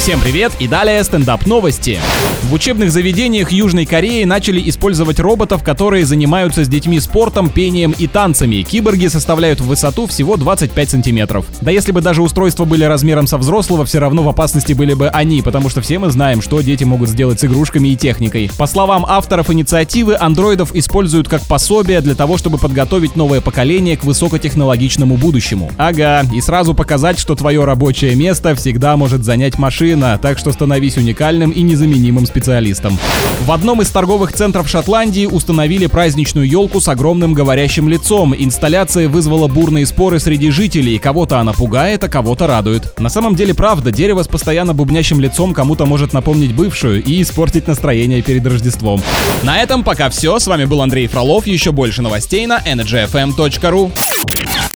Всем привет и далее стендап-новости. В учебных заведениях Южной Кореи начали использовать роботов, которые занимаются с детьми спортом, пением и танцами. Киборги составляют в высоту всего 25 сантиметров. Да если бы даже устройства были размером со взрослого, все равно в опасности были бы они, потому что все мы знаем, что дети могут сделать с игрушками и техникой. По словам авторов инициативы, андроидов используют как пособие для того, чтобы подготовить новое поколение к высокотехнологичному будущему. Ага, и сразу показать, что твое рабочее место всегда может занять машина, так что становись уникальным и незаменимым специалистом. В одном из торговых центров Шотландии установили праздничную елку с огромным говорящим лицом. Инсталляция вызвала бурные споры среди жителей. Кого-то она пугает, а кого-то радует. На самом деле правда, дерево с постоянно бубнящим лицом кому-то может напомнить бывшую и испортить настроение перед Рождеством. На этом пока все. С вами был Андрей Фролов. Еще больше новостей на energyfm.ru.